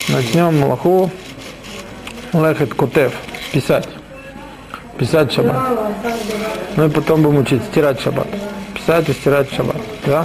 начнем малаху лехет котев, писать шаббат. Ну и потом будем учить стирать шаббат. Писать и стирать шаббат. Да?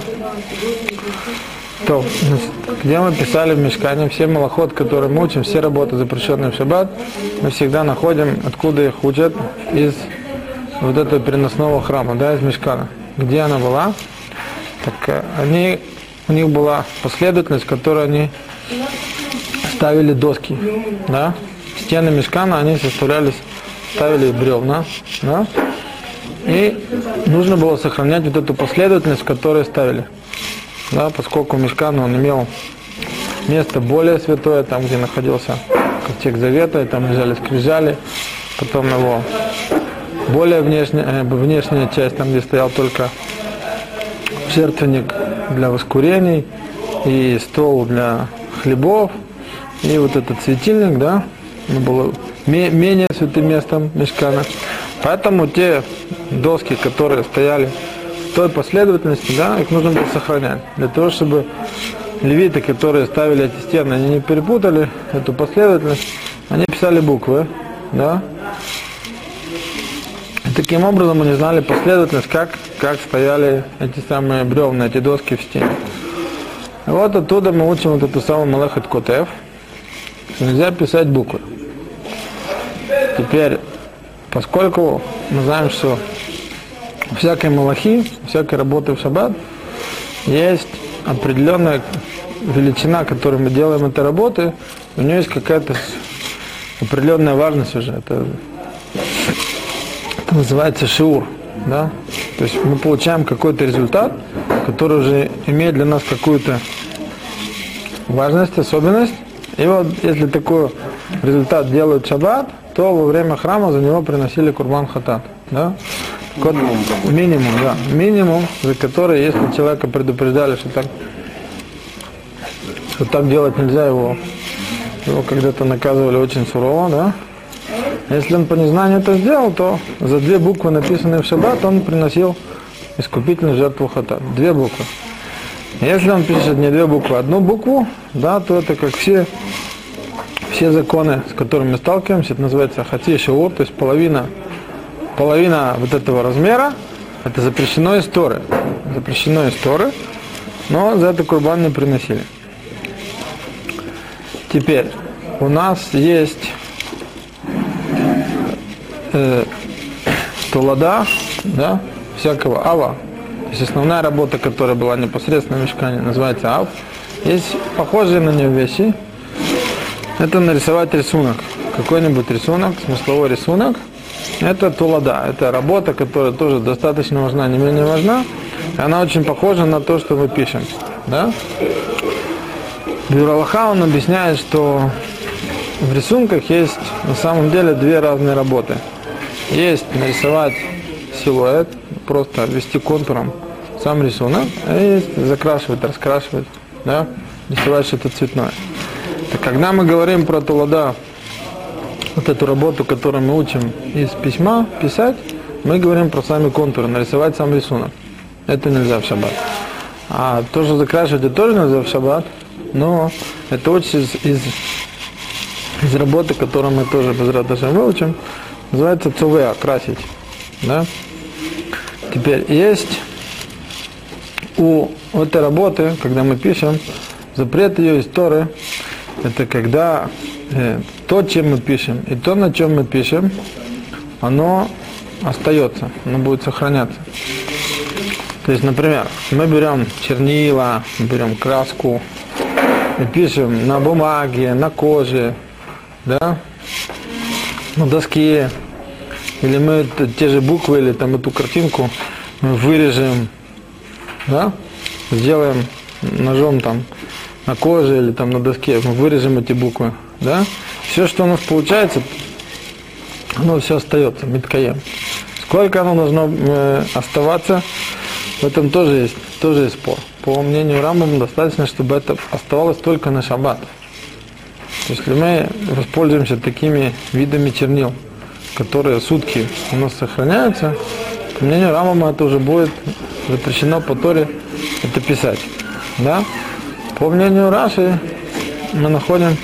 То, где мы писали в мишкане, все малахот, которые мы учим, все работы, запрещенные в шаббат, мы всегда находим, откуда их учат, из вот этого переносного храма, да, из мишкана. Где она была? Так у них была последовательность, в которой они ставили доски, да? Стены мишкана, они ставили бревна, да? И нужно было сохранять вот эту последовательность, которую ставили, да? Поскольку мишкан, он имел место более святое, там, где находился ковчег завета, и там лежали скрижали, потом его более внешняя часть, там, где стоял только жертвенник для воскурений и стол для хлебов, и вот этот светильник, да, было менее святым местом мишкана. Поэтому те доски, которые стояли в той последовательности, да, их нужно было сохранять, для того, чтобы левиты, которые ставили эти стены, они не перепутали эту последовательность, они писали буквы, да. И таким образом они знали последовательность, как стояли эти самые бревна, эти доски в стене. И вот оттуда мы учим вот эту самую малахет котев. Нельзя писать буквы. Теперь, поскольку мы знаем, что у всякой малахи, у всякой работы в шаббат есть определенная величина, которой мы делаем этой работы, у нее есть какая-то определенная важность уже. Это называется шиур, да? То есть мы получаем какой-то результат, который уже имеет для нас какую-то важность, особенность. И вот если такой результат делают шаббат, то во время храма за него приносили курбан хатат, да? Минимум, да. Минимум, за который, если человека предупреждали, что так делать нельзя, его когда-то наказывали очень сурово, да? Если он по незнанию это сделал, то за 2 буквы, написанные в шаббат, он приносил искупительную жертву хатат. 2 буквы. Если он пишет не 2 буквы, а 1 букву, да, то это как все законы, с которыми мы сталкиваемся, это называется хати шиур, то есть половина вот этого размера, это запрещено из Торы. Запрещено из Торы, но за это курбан не приносили. Теперь у нас есть тулада, да, всякого ава. То есть основная работа, которая была непосредственно в мишкане, называется ав. Есть похожие на нее вещи. Это нарисовать рисунок. Какой-нибудь рисунок, смысловой рисунок. Это тулада. Это работа, которая тоже достаточно важна, не менее важна. И она очень похожа на то, что мы пишем. Да? Бюр Алаха, он объясняет, что в рисунках есть на самом деле 2 разные работы. Есть нарисовать силуэт, просто ввести контуром сам рисунок, а есть закрашивать, раскрашивать, да, рисовать что-то цветное. Так, когда мы говорим про тулада, вот эту работу, которую мы учим из письма, писать, мы говорим про сами контуры, нарисовать сам рисунок. Это нельзя в шаббат. А то, что закрашивать, это тоже нельзя в шаббат, но это очень из работы, которую мы тоже без радости выучим, называется цувеа, красить. Да? Теперь есть у этой работы, когда мы пишем, запрет ее из Торы, это когда то, чем мы пишем, и то, на чем мы пишем, оно остается, оно будет сохраняться. То есть, например, мы берем чернила, мы берем краску, и пишем на бумаге, на коже, да, на доске, или мы те же буквы, или там эту картинку мы вырежем, да, сделаем ножом там на коже или там на доске, мы вырежем эти буквы, да, все, что у нас получается, оно все остается, миткаем. Сколько оно должно оставаться, в этом тоже есть спор. По мнению Рамбама, достаточно, чтобы это оставалось только на шаббат. Если мы воспользуемся такими видами чернил, которые сутки у нас сохраняются, по мнению Рамбама это уже будет запрещено по Торе это писать. Да? По мнению Раши мы находим,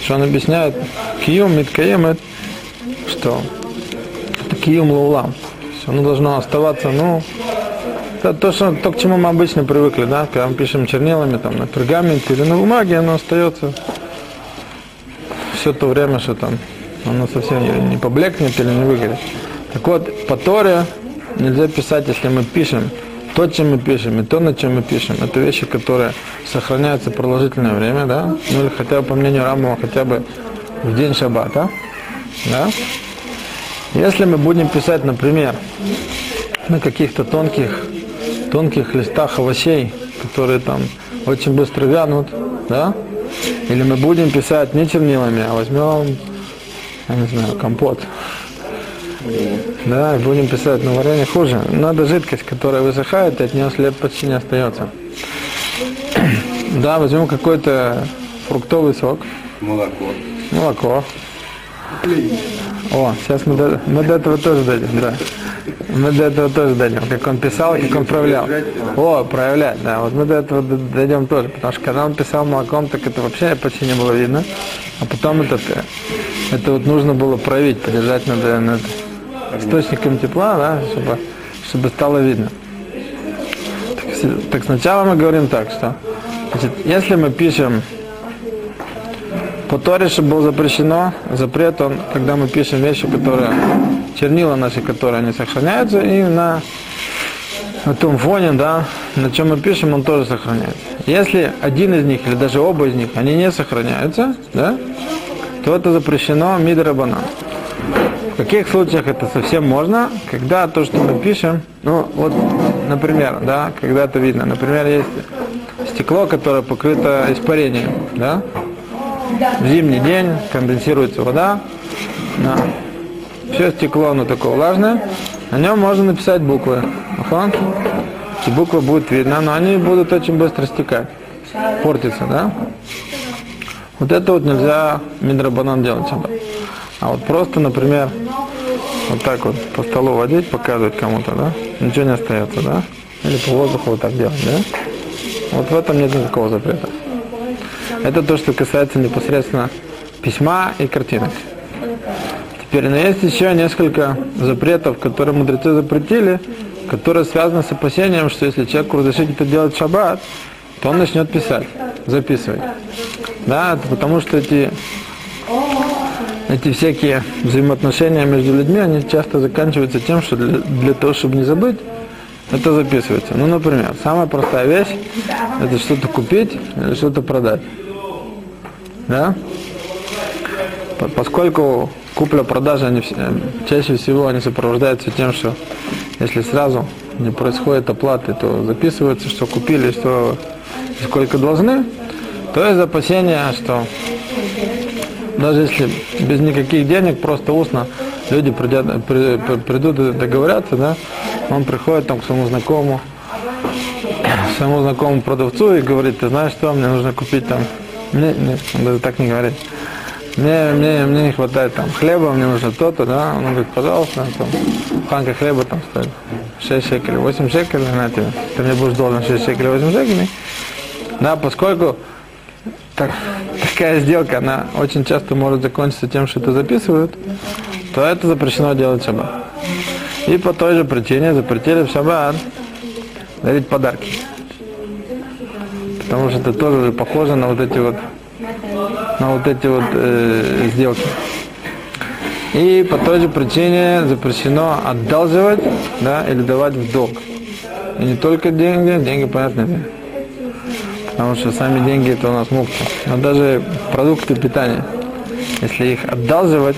что он объясняет киюм, миткаем, что это киюм лаулам. Оно должно оставаться, ну, это то, к чему мы обычно привыкли, да, когда мы пишем чернилами там, на пергаменте или на бумаге, оно остается все то время, что там оно совсем не поблекнет или не выгорит. Так вот, по Торе нельзя писать, если мы пишем то, чем мы пишем, и то, на чем мы пишем. Это вещи, которые сохраняются продолжительное время, да, ну или хотя бы, по мнению Рамбама, хотя бы в день шаббата, да. Если мы будем писать, например, на каких-то тонких листах овощей, которые там очень быстро вянут, да, или мы будем писать не чернилами, а возьмем, я не знаю, компот, да, и будем писать на варенье, хуже. Надо жидкость, которая высыхает, и от нее след почти не остается. Да, возьмем какой-то фруктовый сок. Молоко. О, сейчас мы до этого тоже дойдем, да. Мы до этого тоже дойдем, как он писал, как он проявлял. О, проявлять, да, вот мы до этого дойдем тоже, потому что когда он писал молоком, так это вообще почти не было видно, а потом это вот нужно было проявить, подержать над источником тепла, да, чтобы стало видно. Так сначала мы говорим так, что, значит, если мы пишем по Торе, чтобы было запрещено, запрет он, когда мы пишем вещи, которые, чернила наши, которые не сохраняются, и на том фоне, да, на чем мы пишем, он тоже сохраняется. Если один из них, или даже оба из них, они не сохраняются, да, то это запрещено мидрабанан. В каких случаях это совсем можно? Когда то, что мы пишем, ну, вот, например, да, когда это видно, например, есть стекло, которое покрыто испарением, да, в зимний день конденсируется вода, да. Все стекло, оно такое влажное, на нем можно написать буквы. Эти буквы будут видно, но они будут очень быстро стекать, портиться, да. Вот это вот нельзя мидрабанан делать. А вот просто, например, вот так вот по столу водить, показывать кому-то, да, ничего не остается, да, или по воздуху вот так делать, да. Вот в этом нет никакого запрета. Это то, что касается непосредственно письма и картинок. Теперь, но есть еще несколько запретов, которые мудрецы запретили, которые связаны с опасением, что если человеку разрешить это делать в шаббат, то он начнет писать, записывать. Да, это потому что эти всякие взаимоотношения между людьми, они часто заканчиваются тем, что для того, чтобы не забыть, это записывается. Ну, например, самая простая вещь – это что-то купить или что-то продать. Да? Поскольку купля-продажа, чаще всего они сопровождаются тем, что если сразу не происходит оплаты, то записывается, что купили, что и сколько должны, то есть опасение, что даже если без никаких денег, просто устно люди придут и договорятся, да, он приходит там к своему знакомому продавцу и говорит: ты знаешь что, мне нужно купить там, он даже так не говорит, мне не хватает там хлеба, мне нужно то-то, да, он говорит: пожалуйста, там, банка хлеба там стоит 6 шекелей, 8 шекелей, на тебе, ты мне будешь должен 6 шекелей, 8 шекелей, да, поскольку такая сделка, она очень часто может закончиться тем, что это записывают, то это запрещено делать в шаббат. И по той же причине запретили в шаббат дарить подарки. Потому что это тоже похоже на вот эти вот сделки. И по той же причине запрещено одалживать, да, или давать в долг. И не только деньги, понятно, потому что сами деньги это у нас мукта. Но даже продукты питания, если их одалживать,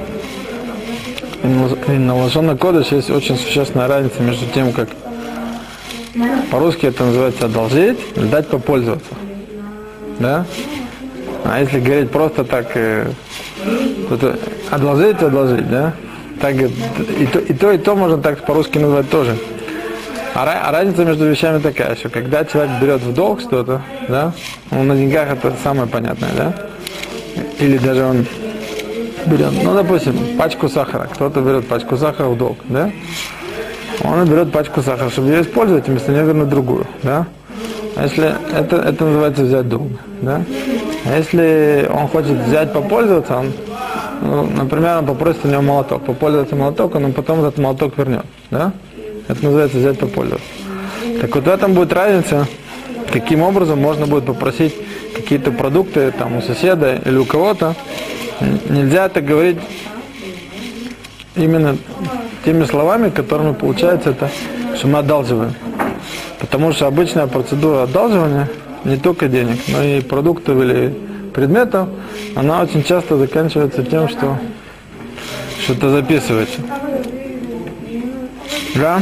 и на лашон кодеш есть очень существенная разница между тем, как по-русски это называется одолжить, или дать попользоваться. Да? А если говорить просто так, то одолжить, да? Так, и то можно так по-русски назвать тоже. А разница между вещами такая, что когда человек берет в долг что-то, да, он на деньгах это самое понятное, да? Или даже он берет, ну, допустим, пачку сахара. Кто-то берет пачку сахара в долг, да? Он берет пачку сахара, чтобы ее использовать, вместо нее вернуть другую, да? А если это называется взять долг, да? А если он хочет взять, попользоваться, он, ну, например, он попросит у него молоток, попользоваться молотоком, но потом этот молоток вернет, да? Это называется взять, попользоваться. Так вот в этом будет разница, каким образом можно будет попросить какие-то продукты там у соседа или у кого-то. Нельзя это говорить именно теми словами, которыми получается это, что мы одалживаем. Потому что обычная процедура одалживания не только денег, но и продуктов или предметов, она очень часто заканчивается тем, что что-то записывается. Да?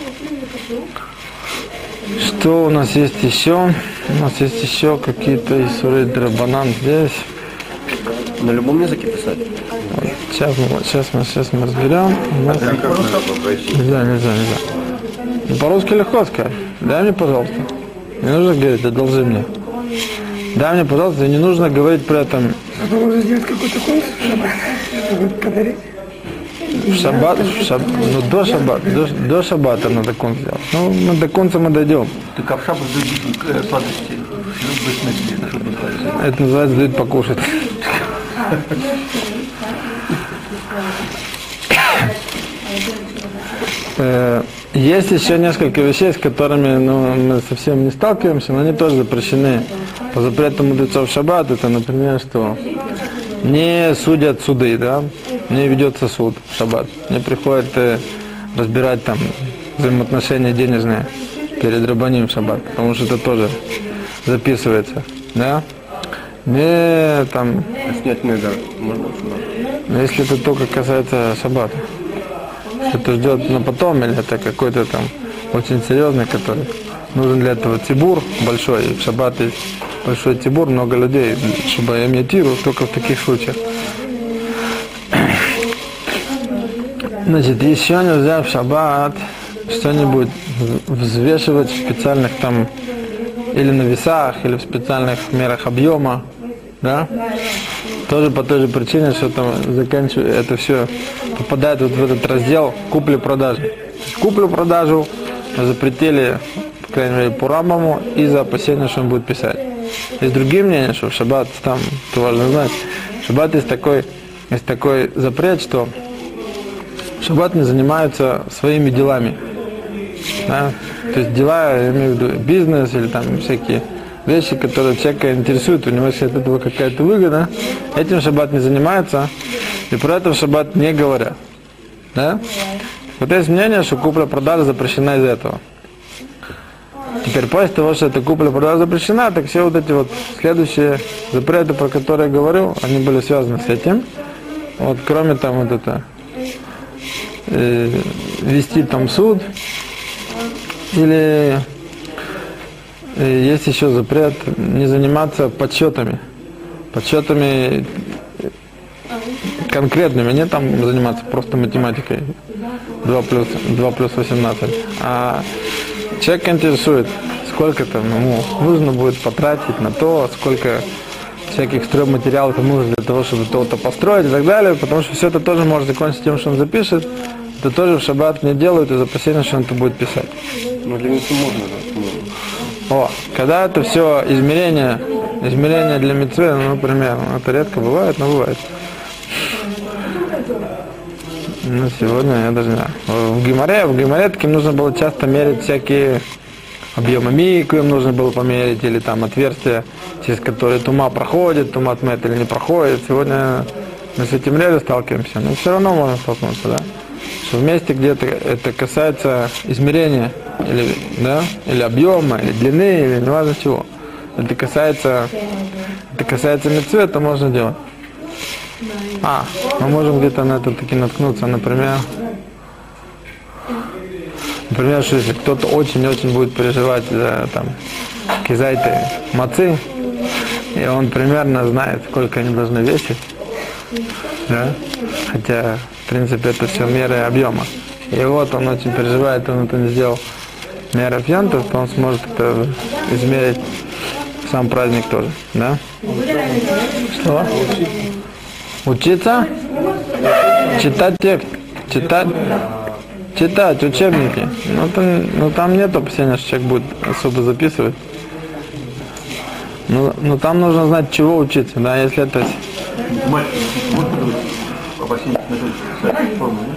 Что у нас есть еще? У нас есть еще какие-то исуры драбанан здесь. На любом языке писать? Сейчас мы разберем. Нельзя. Ну, по-русски легко сказать. Дай мне, пожалуйста. Не нужно говорить, одолжи мне. Дай мне, пожалуйста, не нужно говорить при этом. А можно сделать какой-то конкурс в шаббат, чтобы подарить? В шаббат, ну до шаббата надо конкурс сделать. Ну, до конца мы дойдем. Так а в шаббат дают сладости. Что называется? Это называется дают покушать. Есть еще несколько вещей, с которыми мы совсем не сталкиваемся, но они тоже запрещены по запрету мудрецов в шаббат. Это, например, что не судят суды, да, не ведется суд в шаббат, не приходят разбирать там взаимоотношения денежные перед рабаним в шаббат, потому что это тоже записывается, да. Не там. Снять нельзя, можно? Если это только касается шаббата. Это ждет на потом, или это какой-то там очень серьезный, который нужен для этого тибур большой. И в шаббат есть большой тибур, много людей, чтобы иметь тиру, только в таких случаях. Значит, еще нельзя в шаббат что-нибудь взвешивать в специальных там, или на весах, или в специальных мерах объема, да? Тоже по той же причине, что там заканчивается, это все попадает вот в этот раздел купли-продажи. Куплю-продажу запретили, по крайней мере, по Рамбаму, из-за опасения, что он будет писать. Есть другие мнения, что в шаббат, там, это важно знать, в шаббат есть такой запрет, что в шаббат не занимаются своими делами. Да? То есть дела, я имею в виду бизнес или там всякие вещи, которые человека интересуют, у него есть от этого какая-то выгода, этим шаббат не занимается, и про это в шаббат не говорят. Да? Вот есть мнение, что купля-продажа запрещена из-за этого. Теперь после того, что эта купля-продажа запрещена, так все вот эти вот следующие запреты, про которые я говорю, они были связаны с этим. Вот кроме там вот это вести там суд, или есть еще запрет не заниматься подсчетами конкретными, не там заниматься просто математикой 2 плюс 18, а человек интересует, сколько там ему нужно будет потратить на то, сколько всяких стройматериалов ему нужно для того, чтобы то-то построить и так далее, потому что все это тоже может закончиться тем, что он запишет. Это тоже в шаббат не делают из опасения, что он это будет писать. Ну, для митцвы можно, да. Когда это все измерение для митцвы, ну, например, это редко бывает, но бывает. Ну, сегодня я даже не знаю. В Гемаре таким нужно было часто мерить всякие объемы миквы, им нужно было померить, или там отверстия, через которые тума проходит, тума тмет или не проходит. Сегодня мы с этим реже сталкиваемся, но все равно можно столкнуться, да? Что в месте, где это касается измерения, или объема, или длины, или не важно чего, это касается митцвы, это можно делать. Мы можем где-то на это таки наткнуться, например, что если кто-то очень-очень будет переживать за там кизайты мацы, и он примерно знает, сколько они должны весить, да? Хотя, в принципе, это все меры объема. И вот он очень переживает, он это не сделал меры фьянтов, то он сможет это измерить в сам праздник тоже, да? Что? Учиться? Читать текст? Читать учебники. Ну там нет опасения, что человек будет особо записывать. Ну там нужно знать, чего учиться, да, если это... Мать, можно говорить об осенних методиках формы, да?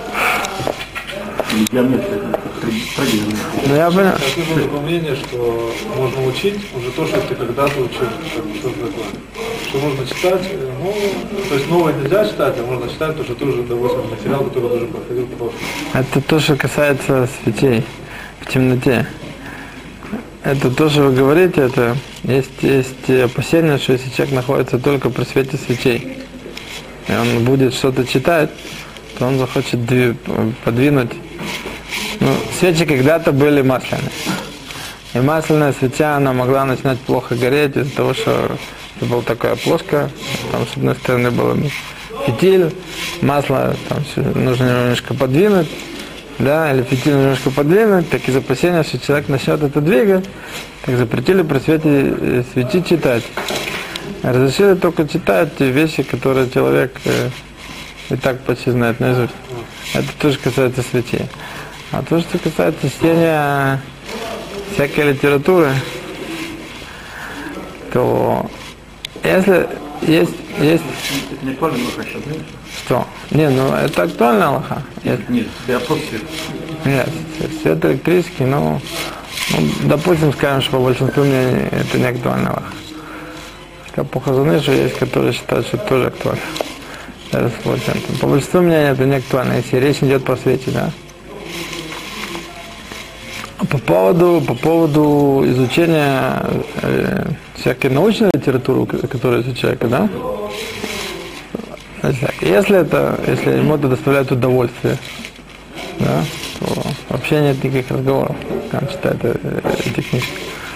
Или геометрия, трагедия. Ну я понял. Такое было мнение, что можно учить уже то, что ты когда-то учил, что такое. Что можно читать, то есть новое нельзя читать, а можно читать то, что ты уже, допустим, материал, который ты уже проходил в прошлом. Это то, что касается свечей в темноте. Это то, что вы говорите, это есть опасение, что если человек находится только при свете свечей, и он будет что-то читать, то он захочет подвинуть. Ну, свечи когда-то были масляные. И масляная свеча, она могла начинать плохо гореть из-за того, что это была такая плошка, там с одной стороны был фитиль, масло там нужно немножко подвинуть, да, или фитиль немножко подвинуть, так из опасения, что человек начнет это двигать, так запретили при свете свечи читать. Разрешили только читать те вещи, которые человек и так почти знает наизусть. Это тоже касается свечей. А то, что касается чтения всякой литературы, то если есть... Это не актуально Аллаха сейчас, знаешь? Что? Не, ну это актуально Аллаха. Нет, я просто свет. Нет, свет электрический, ну, допустим, скажем, что по большинству мнений это не актуально Аллаха. Как по Хазуны, что есть, которые считают, что это тоже актуально. Даже по большинству мнений это не актуально, если речь идет по свете, да. По поводу изучения всякой научной литературы, которую изучает, да? Если ему это доставляет удовольствие, да, то вообще нет никаких разговоров, когда он читает эти книжки.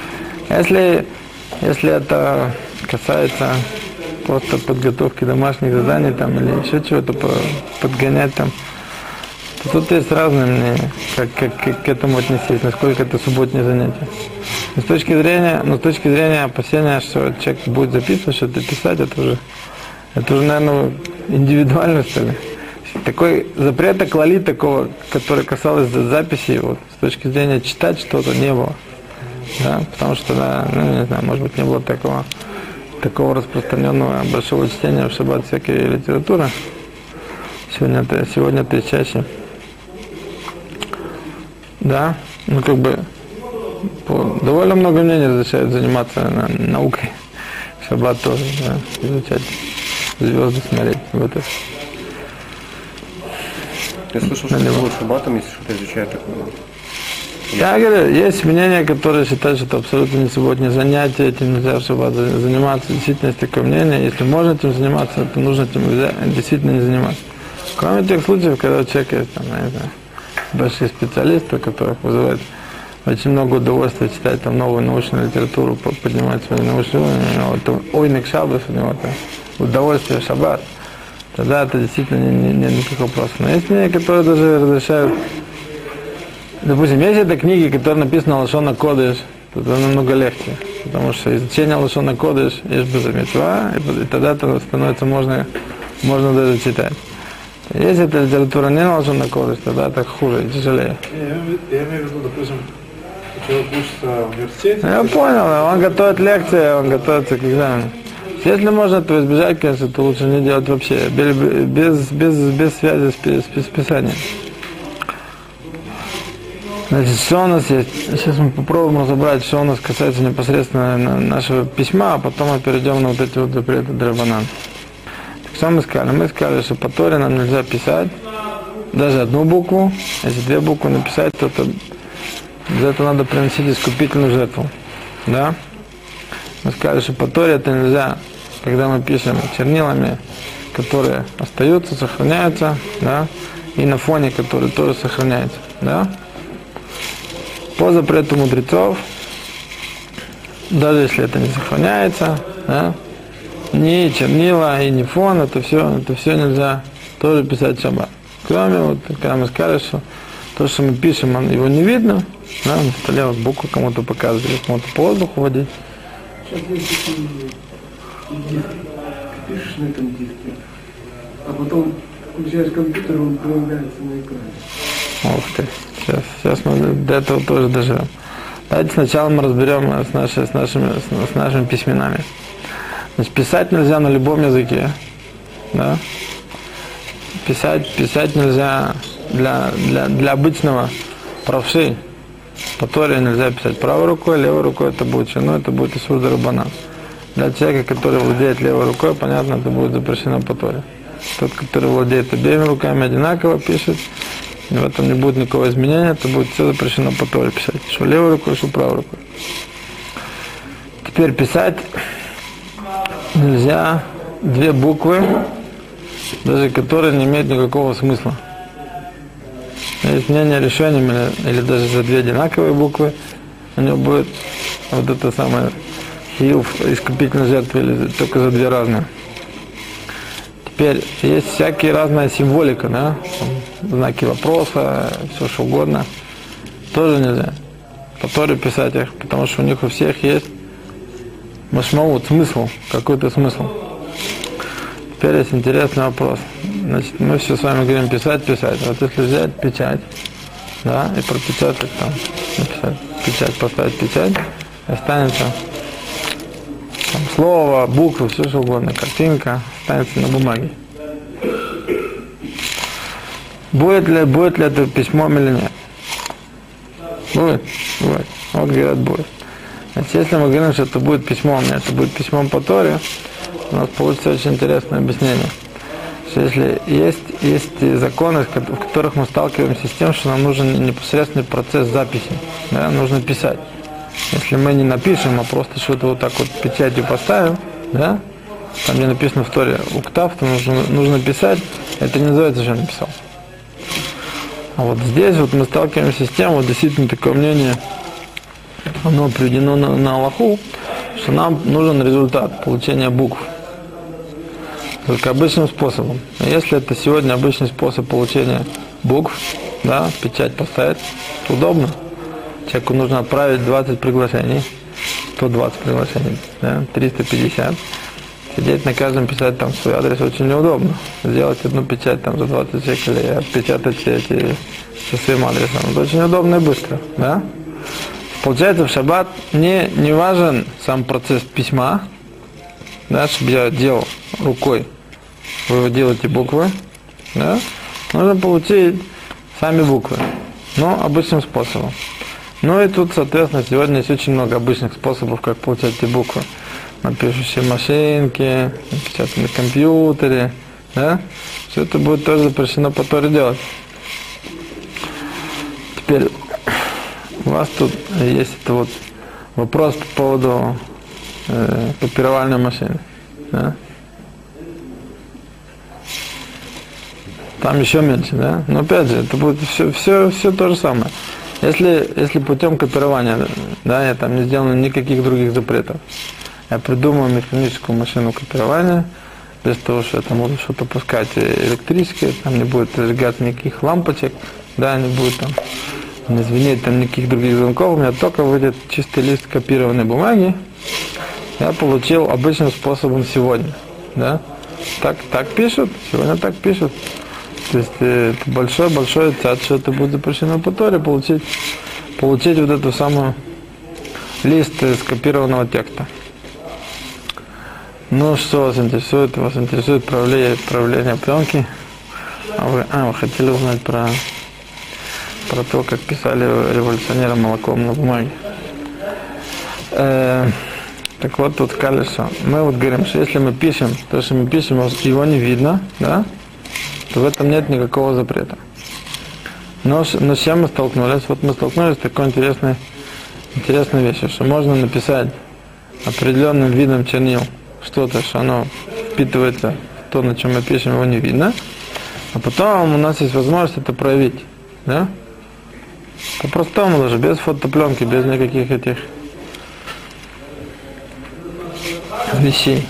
Если это касается просто подготовки домашних заданий там, или еще чего-то подгонять там, то тут есть разные мнения, как к этому отнестись, насколько это субботнее занятие. Но с точки зрения опасения, что человек будет записывать, что-то писать, это уже, наверное, индивидуально, что ли. Такой запрета клали такого, который касался записи, вот, с точки зрения читать что-то, не было. Да? Потому что, да, не знаю, может быть, не было такого распространенного большого чтения в шаббат всякой литературы. Сегодня это чаще. Да, ну как бы довольно много мнений разрешают заниматься наукой. В шаббат тоже, да, изучать звезды, смотреть. Вот это. Я слышал, что перед шаббатом, если что-то изучают такое. Я говорю, есть мнения, которые считают, что это абсолютно не субботнее занятие, этим нельзя в шаббат заниматься. Действительно есть такое мнение. Если можно этим заниматься, то нужно этим действительно не заниматься. Кроме тех случаев, когда у человека есть, там, я не знаю, большие специалисты, которых вызывает очень много удовольствия читать там новую научную литературу, поднимать свои научные уровни, ойник шаббат, у него это удовольствие шаббат, тогда это действительно нет никаких вопросов. Но есть мнения, которые даже разрешают, допустим, есть это книги, которые написаны лашон кодеш, то это намного легче, потому что изучение лашон кодеш есть безумецва, и тогда это становится можно даже читать. Если эта литература не лашон кодеш, тогда это хуже, тяжелее. Я имею в виду, допустим, человек учится в университете. Я понял, он готовит лекции, он готовится к экзамену. Если можно этого избежать, конечно, то лучше не делать вообще, без связи с писанием. Значит, что у нас есть? Сейчас мы попробуем разобрать, что у нас касается непосредственно нашего письма, а потом мы перейдем на вот эти вот запреты драбанан. Так что мы сказали? Мы сказали, что по Торе нам нельзя писать даже одну букву. Если две буквы написать, то за это надо приносить искупительную жертву. Да? Мы сказали, что по Торе это нельзя, когда мы пишем чернилами, которые остаются, сохраняются, да, и на фоне, который тоже сохраняется. Да? По запрету мудрецов, даже если это не сохраняется, да, ни чернила и ни фон, это все нельзя тоже писать в шаббат. Кроме, вот, когда мы сказали, что то, что мы пишем, его не видно, да, на столе вот букву кому-то показывали, кому-то по воздуху водить. Сейчас есть такие диски, пишешь на этом диске, а потом включаешь компьютер, он проявляется на экране. Ух ты, сейчас мы до этого тоже доживем. Давайте сначала мы разберем с нашими письменами. Значит, писать нельзя на любом языке. Да? Писать нельзя для обычного правши. По Торе нельзя писать правой рукой, левой рукой это будет чино, это будет исур д'рабанан. Для человека, который владеет левой рукой, понятно, это будет запрещено по Торе. Тот, который владеет обеими руками, одинаково пишет, и в этом не будет никакого изменения, это будет все запрещено по Торе писать. Что левой рукой, что правой рукой. Теперь писать нельзя две буквы, даже которые не имеют никакого смысла. Есть мнение решением или даже за две одинаковые буквы, у него будет вот это самое хиюв, искупительная жертва, или только за две разные. Теперь есть всякие разная символика, да? Знаки вопроса, все что угодно. Тоже нельзя по Торе писать их, потому что у них у всех есть машмаут, смысл, какой-то смысл. Теперь есть интересный вопрос. Значит, мы все с вами говорим писать. Вот если взять печать, да, и пропечатать там, написать печать, поставить печать, останется там слово, буквы, все что угодно, картинка, останется на бумаге. Будет ли это письмом или нет? Будет. Вот говорят, будет. Значит, если мы говорим, что это будет письмом, это будет письмом по Торе, у нас получится очень интересное объяснение. Что если есть законы, в которых мы сталкиваемся с тем, что нам нужен непосредственный процесс записи, да, нужно писать. Если мы не напишем, а просто что-то вот так вот печатью поставим, да, там где написано в Торе уктав, то нужно писать, это не называется, что я написал. А вот здесь вот мы сталкиваемся с тем, вот действительно такое мнение, оно приведено на Аллаху, что нам нужен результат получения букв. Только обычным способом. А если это сегодня обычный способ получения букв, да, печать поставить, то удобно. Человеку нужно отправить 20 приглашений, 120 приглашений, да, 350. Сидеть на каждом писать там свой адрес очень неудобно. Сделать одну печать там за 20 шекелей, отпечатать все эти со своим адресом. Это очень удобно и быстро, да? Получается, в шаббат не важен сам процесс письма, да, чтобы я делал рукой, выводил эти буквы, да? Нужно получить сами буквы, но обычным способом. Ну и тут, соответственно, сегодня есть очень много обычных способов, как получать эти буквы. На пишущей машинке, напечатать на компьютере, да? Все это будет тоже запрещено по Торе делать. Теперь у вас тут есть это вот вопрос по поводу копировальной машины, да? Там еще меньше, да? Но опять же, это будет все то же самое. Если путем копирования, да, я там не сделано никаких других запретов, я придумал механическую машину копирования, без того, что я там буду что-то пускать электрическое, там не будет зажигаться никаких лампочек, да, не будет там не звенеть там никаких других звонков, у меня только выйдет чистый лист копированной бумаги, я получил обычным способом сегодня, да. Так пишут, сегодня так пишут. То есть это большой цад, что это будет запрещено по Торе, получить вот эту самую лист скопированного текста. Ну, что вас интересует? Вас интересует правление пленки? Вы хотели узнать про то, как писали революционеры молоком на бумаге. Так вот, тут сказали, что мы вот говорим, что если мы пишем, то, что мы пишем, его не видно, да, то в этом нет никакого запрета. Но с чем мы столкнулись? Вот мы столкнулись с такой интересной вещью, что можно написать определенным видом чернил что-то, что оно впитывается в то, на чем мы пишем, его не видно, а потом у нас есть возможность это проявить, да? По-простому даже, без фотопленки, без никаких этих вещей.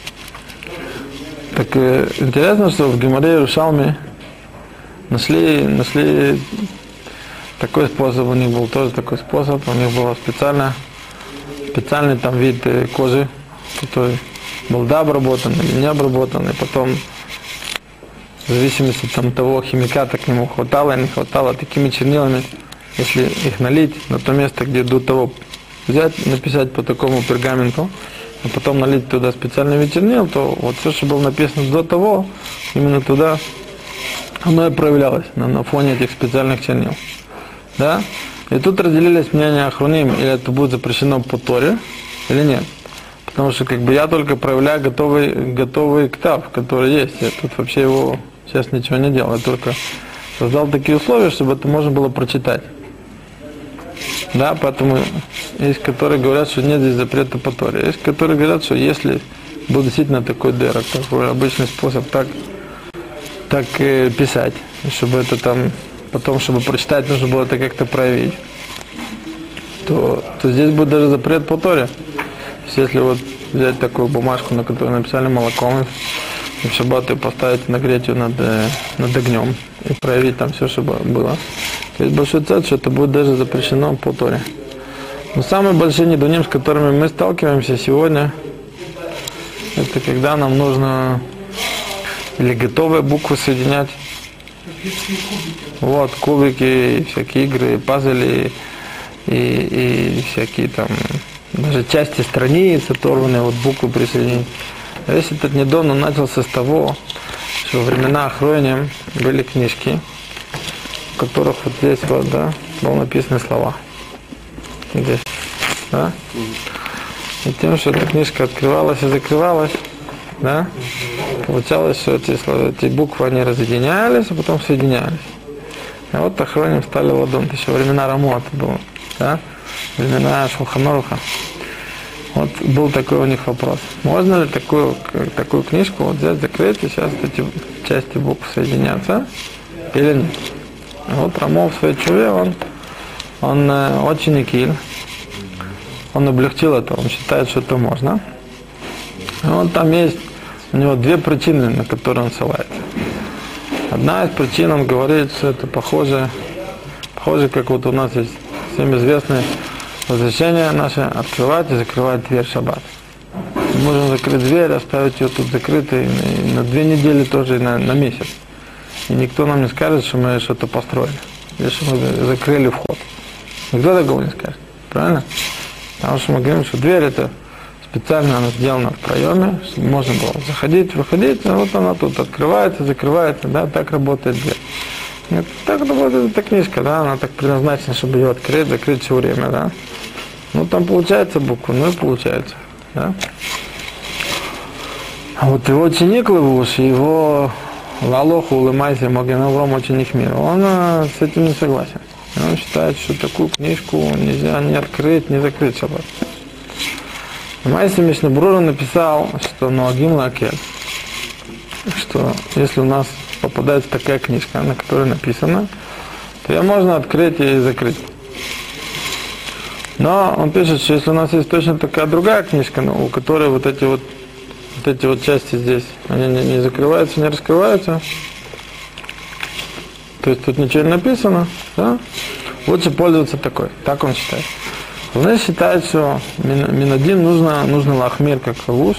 Так интересно, что в Гемаре Иерушалме нашли такой способ, у них был тоже такой способ, у них был специальный там вид кожи, который был обработан или не обработан, и потом в зависимости от того химиката к нему хватало или не хватало, такими чернилами если их налить на то место, где до того взять, написать по такому пергаменту, а потом налить туда специальный вид чернил, то вот все, что было написано до того, именно туда оно и проявлялось на фоне этих специальных чернил. Да? И тут разделились мнения ахроним, или это будет запрещено по Торе, или нет. Потому что как бы я только проявляю готовый ктав, который есть. Я тут вообще его сейчас ничего не делал. Я только создал такие условия, чтобы это можно было прочитать. Да, поэтому есть, которые говорят, что нет здесь запрета по Торе. Есть, которые говорят, что если был действительно такой дерек, такой обычный способ так писать, чтобы это там, потом, чтобы прочитать, нужно было это как-то проявить, то здесь будет даже запрет по Торе. То есть, если вот взять такую бумажку, на которой написали молоком, и в шаббат ее поставить, нагреть ее над огнем и проявить там все, что было. То есть большой царь, что это будет даже запрещено по Торе. Но самые большие недуним, с которыми мы сталкиваемся сегодня, это когда нам нужно или готовые буквы соединять. Вот, кубики, всякие игры, пазли и всякие там, даже части страниц оторванные, вот буквы присоединить. Весь этот недон, он начался с того, что во времена Ахроним были книжки, в которых вот здесь вот, да, были написаны слова. Здесь, да? И тем, что эта книжка открывалась и закрывалась, да, получалось, что эти буквы, они разъединялись, а потом соединялись. А вот Ахроним стали ладон, еще времена Рамо это было, да, времена Шулхан Аруха. Вот был такой у них вопрос. Можно ли такую книжку вот взять, закрыть, и сейчас эти части букв соединятся, или нет? Вот Рамо в своей чуве, он очень экиль, он облегчил это, он считает, что это можно. И вот там есть у него две причины, на которые он ссылается. Одна из причин, он говорит, что это похоже, как вот у нас есть всем известное разрешение наше открывать и закрывать дверь в шаббат. Мы можем закрыть дверь, оставить ее тут закрытой на 2 недели тоже, и на месяц. И никто нам не скажет, что мы что-то построили, или что мы закрыли вход. Никто такого не скажет. Правильно? Потому что мы говорим, что дверь это специально она сделана в проеме, чтобы можно было заходить, выходить, а вот она тут открывается, закрывается, да, так работает дверь. Нет, так работает эта книжка, да, она так предназначена, чтобы ее открыть, закрыть все время, да. Ну там получается буква, ну и получается, да. А вот его ученик Левуш, его Лалоху, Лемайзе, Маген Авром, ученик мира, он с этим не согласен. Он считает, что такую книжку нельзя ни открыть, ни закрыть шаббат. Майси Мишна Брура написал, что Ноагим Лакель, что если у нас попадается такая книжка, на которой написано, то ее можно открыть и закрыть. Но он пишет, что если у нас есть точно такая другая книжка, у которой вот эти вот части здесь, они не закрываются, не раскрываются, то есть тут ничего не написано, да? Лучше пользоваться такой, так он считает. Он считает, что Минадин нужно лахмир, как Лавуш.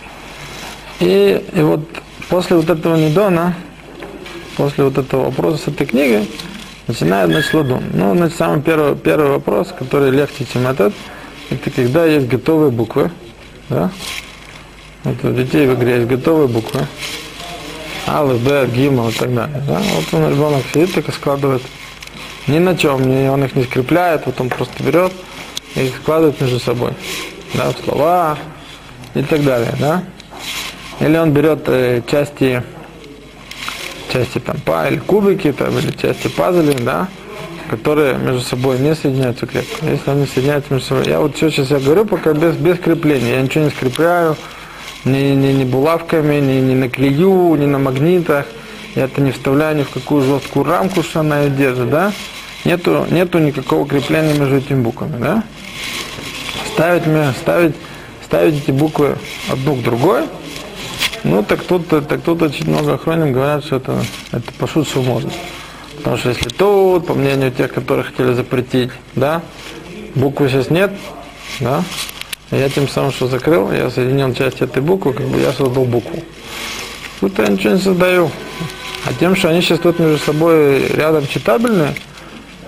И вот после вот этого недона, после вот этого вопроса с этой книгой, начинает, значит, ладон. Ну, значит, самый первый вопрос, который легче, чем этот, это когда есть готовые буквы, да? Вот у детей в игре есть готовые буквы. Алеф, Б, Гимл и так далее, да? Вот он, ребенок сидит, так и складывает. Ни на чем, он их не скрепляет, вот он просто берет и их складывает между собой, да, в слова и так далее, да. Или он берет части там или кубики, там, или части пазлей, да, которые между собой не соединяются крепко. Если они соединяются между собой, я вот сейчас я говорю пока без крепления, я ничего не скрепляю, ни булавками, ни на клею, ни на магнитах, я это не вставляю ни в какую жесткую рамку, что она ее держит, да. Нету никакого крепления между этими буквами, да? Ставить эти буквы одну к другой, ну так тут очень много охранников говорят, что это пошут, что может. Потому что если тут, по мнению тех, которые хотели запретить, да, буквы сейчас нет, да, я тем самым, что закрыл, я соединил часть этой буквы, как бы я создал букву. Тут я ничего не создаю. А тем, что они сейчас тут между собой рядом читабельные,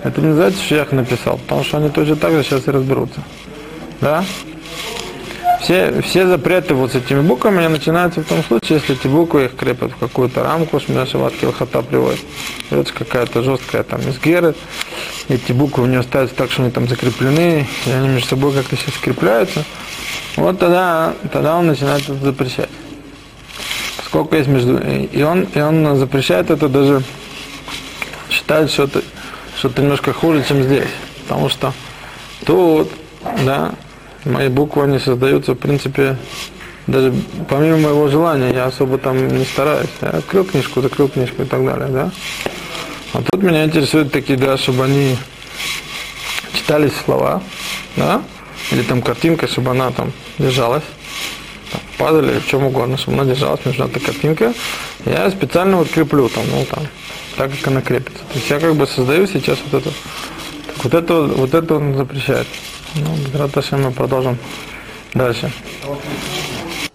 Это не называется, что я их написал, потому что они точно так же сейчас и разберутся. Да? Все запреты вот с этими буквами они начинаются в том случае, если эти буквы их крепят в какую-то рамку, Шмиля Шаббат Килхата приводит. Берется какая-то жесткая там изгера, эти буквы у нее ставятся так, что они там закреплены, и они между собой как-то все скрепляются. Вот тогда он начинает это запрещать. Поскольку есть между... И он запрещает это даже, считает, что это немножко хуже, чем здесь. Потому что тут, да, мои буквы, они создаются, в принципе, даже помимо моего желания, я особо там не стараюсь. Я открыл книжку, закрыл книжку и так далее, да. А тут меня интересуют такие, да, чтобы они читались слова, да, или там картинка, чтобы она там держалась, там, пазл или в чем угодно, чтобы она держалась, мне нужна эта картинка. Я специально вот креплю там, так как она крепится. То есть я как бы создаю сейчас вот это. Вот это он запрещает. Ну, мы продолжим дальше.